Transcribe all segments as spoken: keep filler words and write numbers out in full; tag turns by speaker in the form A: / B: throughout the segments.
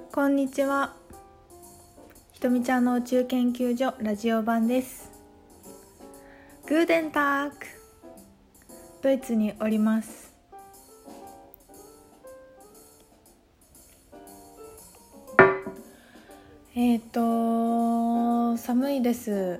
A: こんにちは。ひとみちゃんの宇宙研究所ラジオ版です。グーデンターク。ドイツにおります。えっと寒いです。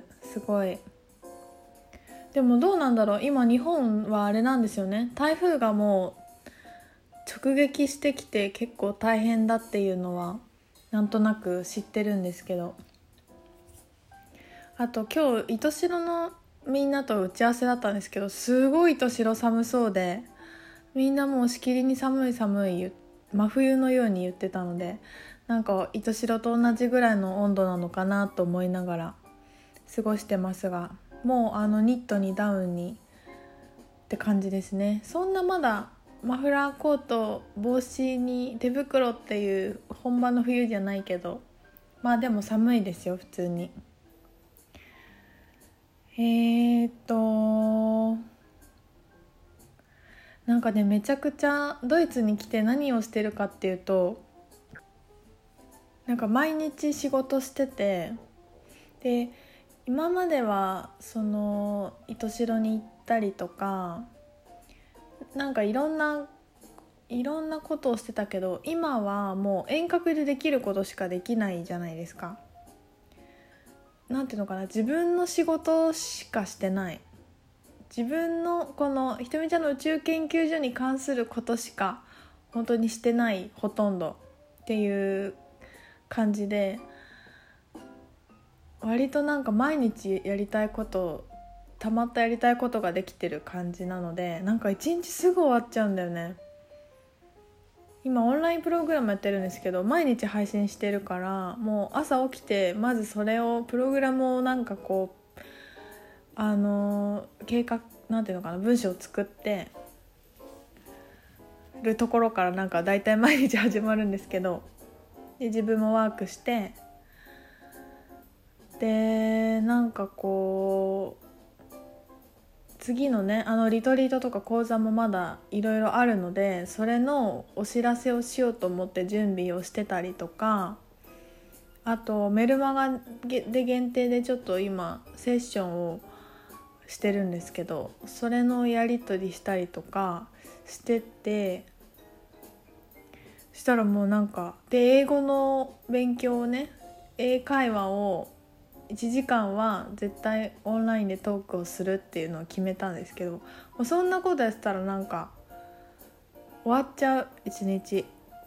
A: すごい。でもどうなんだろう。今日本はあれなんですよね。台風がもう直撃してきて結構大変だっていうのはなんとなく知ってるんですけど、あと今日糸代のみんなと打ち合わせだったんですけど、すごい糸代寒そうで、みんなもうしきりに寒い寒い真冬のように言ってたので、なんか糸代と同じぐらいの温度なのかなと思いながら過ごしてますが、もうあのニットにダウンにって感じですね。そんなまだマフラーコート帽子に手袋っていう本場の冬じゃないけど、まあでも寒いですよ普通に。えーっとなんかね、めちゃくちゃドイツに来て何をしてるかっていうと、なんか毎日仕事してて、で今まではその糸代に行ったりとか、なんかいろんないろんなことをしてたけど、今はもう遠隔でできることしかできないじゃないですか。なんていうのかな、自分の仕事しかしてない、自分のこのひとみちゃんの宇宙研究所に関することしか本当にしてない、ほとんどっていう感じで、割となんか毎日やりたいことたまったやりたいことができてる感じなので、なんか一日すぐ終わっちゃうんだよね。今オンラインプログラムやってるんですけど、毎日配信してるから、もう朝起きてまずそれをプログラムをなんかこうあの計画なんていうのかな、文章を作ってるところからなんかだいたい毎日始まるんですけど、で自分もワークして、でなんかこう次のね、あのリトリートとか講座もまだいろいろあるので、それのお知らせをしようと思って準備をしてたりとか、あとメルマガで限定でちょっと今セッションをしてるんですけど、それのやり取りしたりとかしてて、したらもうなんかで英語の勉強をね、英会話をいちじかんは絶対オンラインでトークをするっていうのを決めたんですけど、もうそんなことやってたらなんか終わっちゃう一日。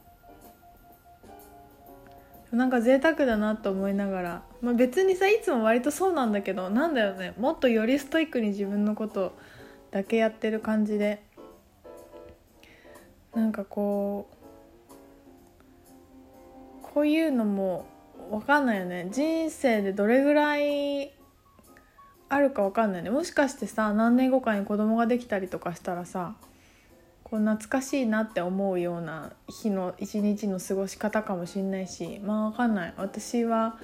A: なんか贅沢だなと思いながら、まあ、別にさいつも割とそうなんだけど、なんだよね、もっとよりストイックに自分のことだけやってる感じで、なんかこうこういうのも分かんないよね。人生でどれぐらいあるか分かんないね。もしかしてさ、何年後かに子供ができたりとかしたらさ、こう懐かしいなって思うような日の一日の過ごし方かもしれないし、まあ分かんない。私は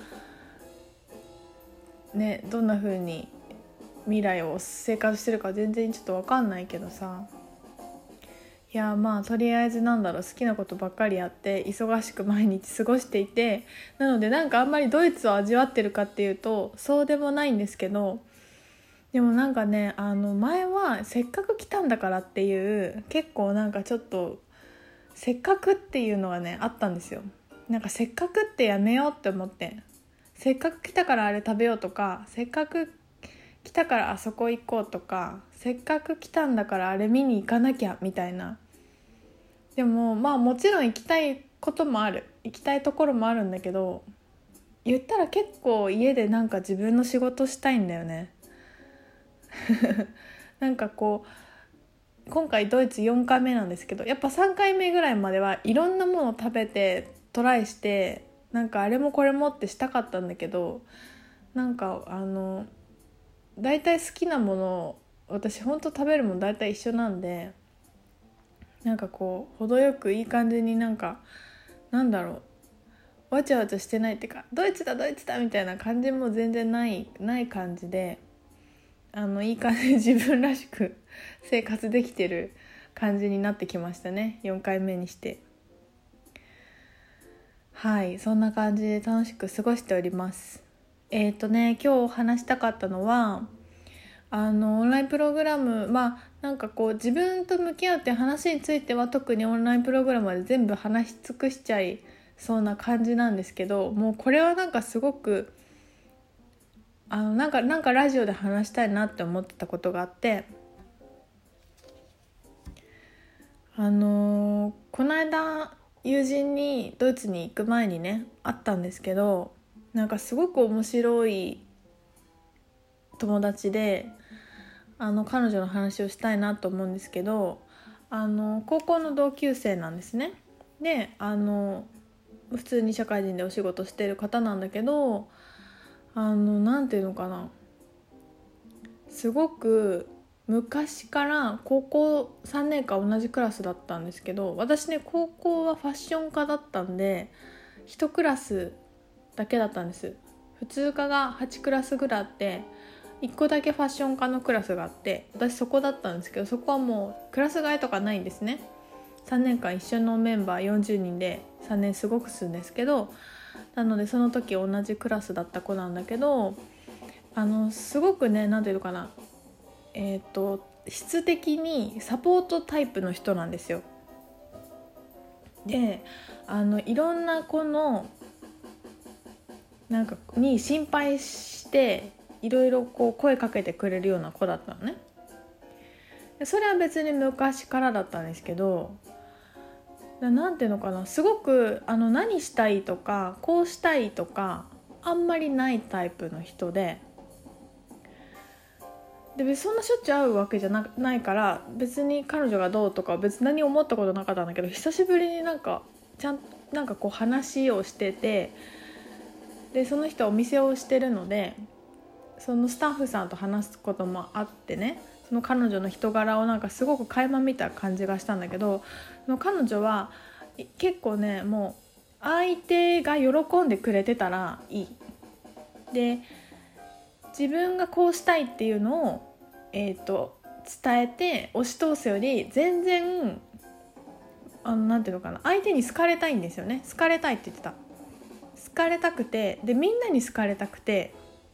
A: ね、どんな風に未来を生活してるか全然ちょっと分かんないけどさ、いやまあとりあえずなんだろう、好きなことばっかりやって忙しく毎日過ごしていて、なのでなんかあんまりドイツを味わってるかっていうとそうでもないんですけど、でもなんかね、あの前はせっかく来たんだからっていう結構なんかちょっとせっかくっていうのがねあったんですよ。なんかせっかくってやめようって思って、せっかく来たからあれ食べようとか、せっかく来たからあそこ行こうとか、せっかく来たんだからあれ見に行かなきゃみたいな。でもまあもちろん行きたいこともある、行きたいところもあるんだけど、言ったら結構家でなんか自分の仕事したいんだよねなんかこう今回ドイツよんかいめなんですけど、やっぱさんかいめぐらいまではいろんなものを食べてトライして、なんかあれもこれもってしたかったんだけど、なんかあの大体好きなものを、私ほんと食べるもの大体一緒なんで、なんかこう程よくいい感じになんかなんだろう、わちゃわちゃしてないっていうか、ドイツだドイツだみたいな感じも全然ないない感じで、あのいい感じで自分らしく生活できてる感じになってきましたね、よんかいめにして。 はい、そんな感じで楽しく過ごしております。えっとね今日話したかったのはあのオンラインプログラム、まあなんかこう自分と向き合うって話については特にオンラインプログラムで全部話し尽くしちゃいそうな感じなんですけど、もうこれはなんかすごくあのなんかなんかラジオで話したいなって思ってたことがあって、あのーこの間友人にドイツに行く前にね会ったんですけど、なんかすごく面白い友達で、あの彼女の話をしたいなと思うんですけど、あの高校の同級生なんですね。であの普通に社会人でお仕事してる方なんだけど、あのなんていうのかな、すごく昔から高校さんねんかん同じクラスだったんですけど、私ね高校はファッション科だったんでいちクラスだけだったんです。普通科がはちクラスぐらいあって、いっこだけファッション科のクラスがあって、私そこだったんですけど、そこはもうクラス替えとかないんですね。さんねんかん一緒のメンバーよんじゅうにんでさんねん過ごすんですけど、なのでその時同じクラスだった子なんだけど、あのすごくね、なんていうのかな、えっと質的にサポートタイプの人なんですよ。であのいろんな子のなんかに心配していろいろこう声かけてくれるような子だったのね。それは別に昔からだったんですけど、なんていうのかな、すごくあの何したいとかこうしたいとかあんまりないタイプの人で、で別にそんなしょっちゅう会うわけじゃ な, ないから別に彼女がどうとか別に何思ったことなかったんだけど、久しぶりになんかちゃんなんかこう話をしてて、でその人はお店をしてるのでそのスタッフさんと話すこともあってね、その彼女の人柄をなんかすごく垣間見た感じがしたんだけど、その彼女は結構ね、もう相手が喜んでくれてたらいいで、自分がこうしたいっていうのを、えーと、伝えて押し通すより全然あのなんていうのかな、相手に好かれたいんですよね。好かれたいって言ってた。好かれたくて、でみんなに好かれたくて、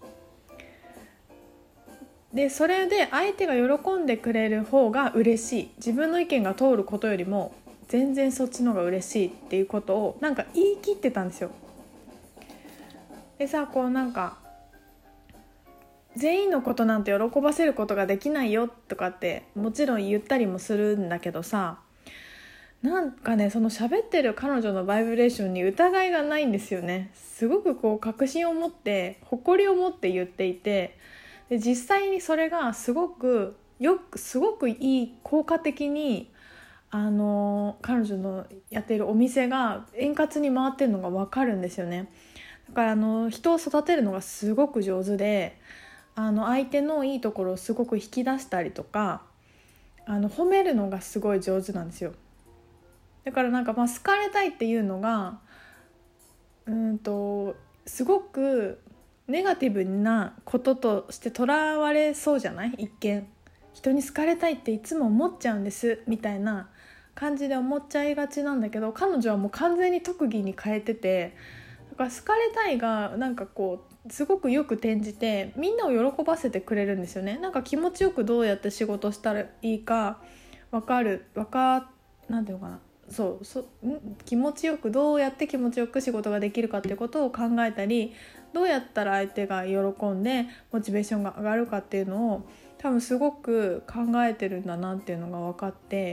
A: でそれで相手が喜んでくれる方が嬉しい、自分の意見が通ることよりも全然そっちの方が嬉しいっていうことをなんか言い切ってたんですよ。でさ、こうなんか全員のことなんて喜ばせることができないよとかってもちろん言ったりもするんだけどさ、なんかね、その喋ってる彼女のバイブレーションに疑いがないんですよね。すごくこう確信を持って誇りを持って言っていて、で実際にそれがすごくよくすごくいい効果的にあの彼女のやっているお店が円滑に回ってるのが分かるんですよね。だからあの人を育てるのがすごく上手で、あの相手のいいところをすごく引き出したりとか、あの褒めるのがすごい上手なんですよ。だからなんかまあ好かれたいっていうのがうんとすごくネガティブなこととしてとらわれそうじゃない？一見人に好かれたいっていつも思っちゃうんですみたいな感じで思っちゃいがちなんだけど、彼女はもう完全に特技に変えてて、だから好かれたいがなんかこうすごくよく転じてみんなを喜ばせてくれるんですよね。なんか気持ちよくどうやって仕事したらいいか分かる分かなんていうのかな、そうそ気持ちよくどうやって気持ちよく仕事ができるかっていうことを考えたり、どうやったら相手が喜んでモチベーションが上がるかっていうのを多分すごく考えてるんだなっていうのが分かって、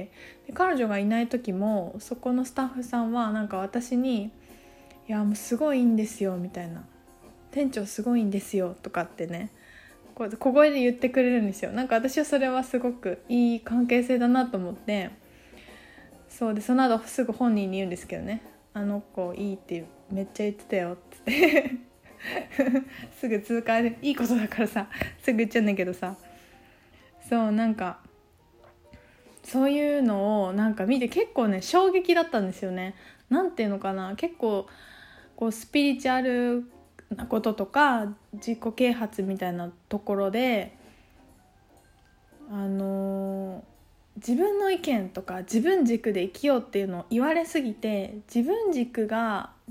A: で彼女がいない時もそこのスタッフさんはなんか私にいやもうすごいいいんですよみたいな、店長すごいんですよとかってね、こう小声で言ってくれるんですよ。なんか私はそれはすごくいい関係性だなと思って、そうでその後すぐ本人に言うんですけどね、あの子いいってめっちゃ言ってたよってすぐ通過でいいことだからさすぐ言っちゃうんだけどさ、そうなんかそういうのをなんか見て結構ね衝撃だったんですよね。なんていうのかな、結構こうスピリチュアルなこととか自己啓発みたいなところであのー自分の意見とか自分軸で生きようっていうのを言われすぎて、自分軸が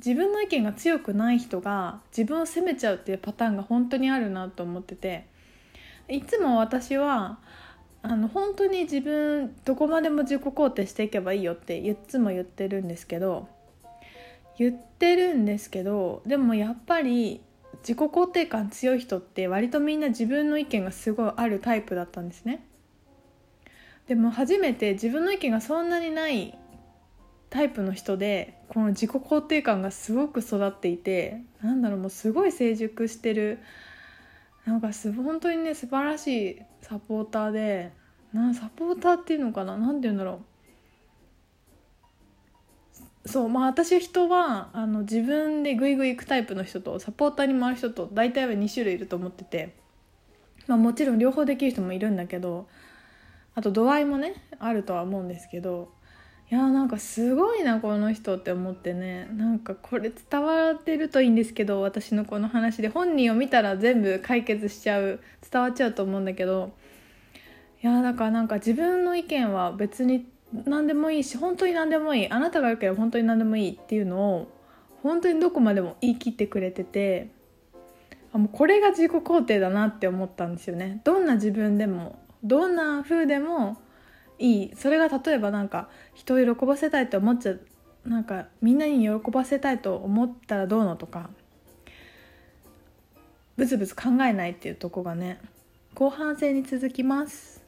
A: 自分の意見が強くない人が自分を責めちゃうっていうパターンが本当にあるなと思ってて、いつも私はあの本当に自分どこまでも自己肯定していけばいいよっていつも言ってるんですけど言ってるんですけどでもやっぱり自己肯定感強い人って割とみんな自分の意見がすごいあるタイプだったんですね。でも初めて自分の意見がそんなにないタイプの人でこの自己肯定感がすごく育っていて、なんだろう、もうすごい成熟してる、なんかす本当にね素晴らしいサポーターで、なサポーターっていうのかな、なんて言うんだろう。そうまあ私人はあの自分でグイグイ行くタイプの人とサポーターに回る人と大体はに種類いると思ってて、まあ、もちろん両方できる人もいるんだけど、あと度合いもねあるとは思うんですけど、いやなんかすごいなこの人って思ってね、なんかこれ伝わってるといいんですけど、私のこの話で本人を見たら全部解決しちゃう、伝わっちゃうと思うんだけど、いやだからなんか自分の意見は別に何でもいいし、本当に何でもいい、あなたが良ければ本当に何でもいいっていうのを本当にどこまでも言い切ってくれてて、あもうこれが自己肯定だなって思ったんですよね。どんな自分でもどんな風でもいい。それが例えばなんか人を喜ばせたいと思っちゃう、なんかみんなに喜ばせたいと思ったらどうのとか、ブツブツ考えないっていうとこがね後半戦に続きます。